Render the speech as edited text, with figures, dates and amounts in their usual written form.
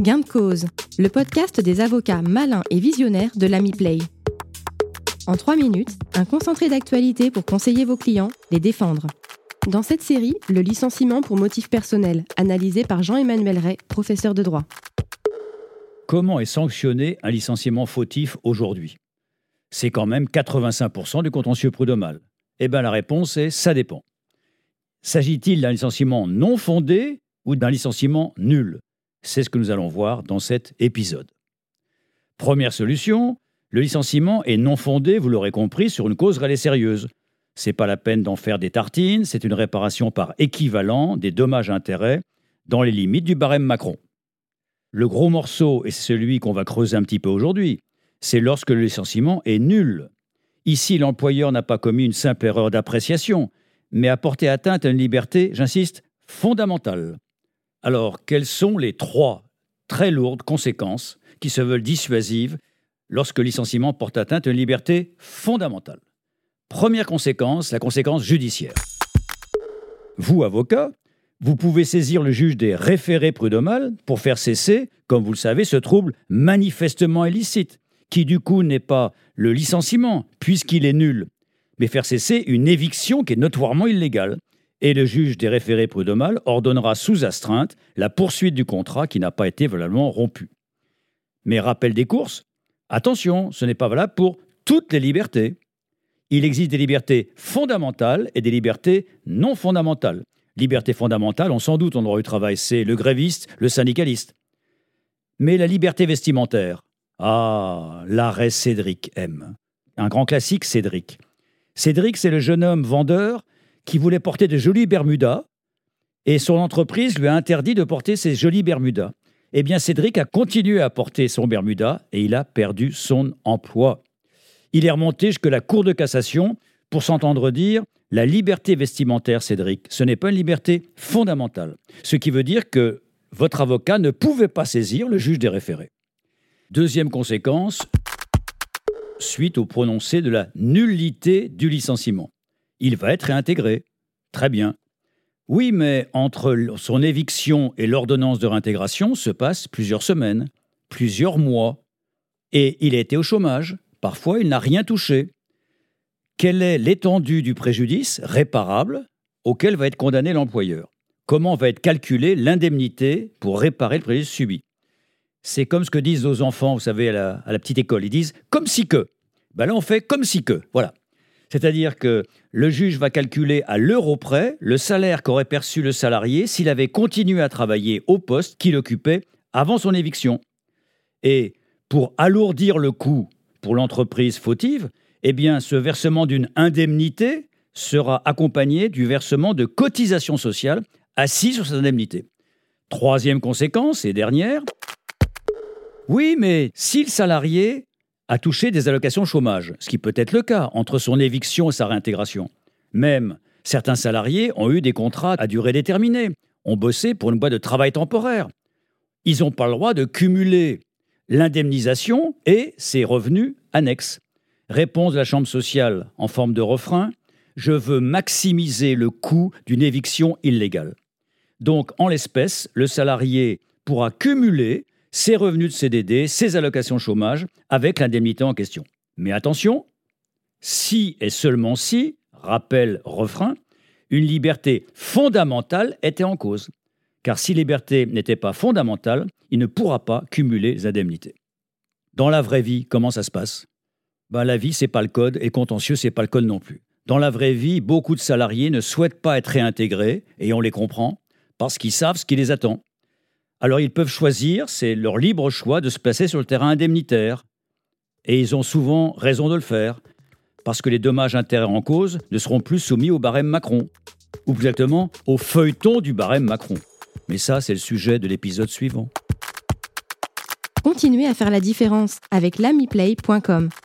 Gain de cause, le podcast des avocats malins et visionnaires de l'Ami Play. En 3 minutes, un concentré d'actualité pour conseiller vos clients, les défendre. Dans cette série, le licenciement pour motif personnel, analysé par Jean-Emmanuel Ray, professeur de droit. Comment est sanctionné un licenciement fautif aujourd'hui ? C'est quand même 85% du contentieux prud'homal. Eh bien, la réponse est « ça dépend ». S'agit-il d'un licenciement non fondé ou d'un licenciement nul ? C'est ce que nous allons voir dans cet épisode. Première solution, le licenciement est non fondé, vous l'aurez compris, sur une cause réelle et sérieuse. C'est pas la peine d'en faire des tartines, c'est une réparation par équivalent des dommages-intérêts dans les limites du barème Macron. Le gros morceau, et c'est celui qu'on va creuser un petit peu aujourd'hui, c'est lorsque le licenciement est nul. Ici, l'employeur n'a pas commis une simple erreur d'appréciation, mais a porté atteinte à une liberté, j'insiste, fondamentale. Alors, quelles sont les 3 très lourdes conséquences qui se veulent dissuasives lorsque le licenciement porte atteinte à une liberté fondamentale ? Première conséquence, la conséquence judiciaire. Vous, avocat, vous pouvez saisir le juge des référés prud'homales pour faire cesser, comme vous le savez, ce trouble manifestement illicite, qui du coup n'est pas le licenciement, puisqu'il est nul, mais faire cesser une éviction qui est notoirement illégale. Et le juge des référés prud'homales ordonnera sous astreinte la poursuite du contrat qui n'a pas été valablement rompu. Mais rappel des courses, attention, ce n'est pas valable pour toutes les libertés. Il existe des libertés fondamentales et des libertés non fondamentales. Liberté fondamentale, on s'en doute en droit du travail, c'est le gréviste, le syndicaliste. Mais la liberté vestimentaire, l'arrêt Cédric M. Un grand classique, Cédric. Cédric, c'est le jeune homme vendeur qui voulait porter de jolis bermudas et son entreprise lui a interdit de porter ces jolis bermudas. Eh bien, Cédric a continué à porter son bermuda et il a perdu son emploi. Il est remonté jusqu'à la Cour de cassation pour s'entendre dire « la liberté vestimentaire, Cédric, ce n'est pas une liberté fondamentale ». Ce qui veut dire que votre avocat ne pouvait pas saisir le juge des référés. Deuxième conséquence, suite au prononcé de la nullité du licenciement. Il va être réintégré. Très bien. Oui, mais entre son éviction et l'ordonnance de réintégration se passent plusieurs semaines, plusieurs mois. Et il a été au chômage. Parfois, il n'a rien touché. Quelle est l'étendue du préjudice réparable auquel va être condamné l'employeur ? Comment va être calculée l'indemnité pour réparer le préjudice subi ? C'est comme ce que disent nos enfants, vous savez, à la petite école. Ils disent « comme si que ». Ben là, on fait « comme si que ». Voilà. C'est-à-dire que le juge va calculer à l'euro près le salaire qu'aurait perçu le salarié s'il avait continué à travailler au poste qu'il occupait avant son éviction. Et pour alourdir le coût pour l'entreprise fautive, eh bien, ce versement d'une indemnité sera accompagné du versement de cotisations sociales assis sur cette indemnité. Troisième conséquence et dernière, oui, mais si le salarié a touché des allocations chômage, ce qui peut être le cas entre son éviction et sa réintégration. Même certains salariés ont eu des contrats à durée déterminée, ont bossé pour une boîte de travail temporaire. Ils n'ont pas le droit de cumuler l'indemnisation et ses revenus annexes. Réponse de la Chambre sociale en forme de refrain, je veux maximiser le coût d'une éviction illégale. Donc, en l'espèce, le salarié pourra cumuler ses revenus de CDD, ses allocations chômage, avec l'indemnité en question. Mais attention, si et seulement si, rappel refrain, une liberté fondamentale était en cause. Car si la liberté n'était pas fondamentale, il ne pourra pas cumuler les indemnités. Dans la vraie vie, comment ça se passe ? La vie, c'est pas le code, et le contentieux, c'est pas le code non plus. Dans la vraie vie, beaucoup de salariés ne souhaitent pas être réintégrés, et on les comprend, parce qu'ils savent ce qui les attend. Alors ils peuvent choisir, c'est leur libre choix de se placer sur le terrain indemnitaire. Et ils ont souvent raison de le faire, parce que les dommages-intérêts en cause ne seront plus soumis au barème Macron, ou plus exactement au feuilleton du barème Macron. Mais ça, c'est le sujet de l'épisode suivant. Continuez à faire la différence avec l'amiplay.com.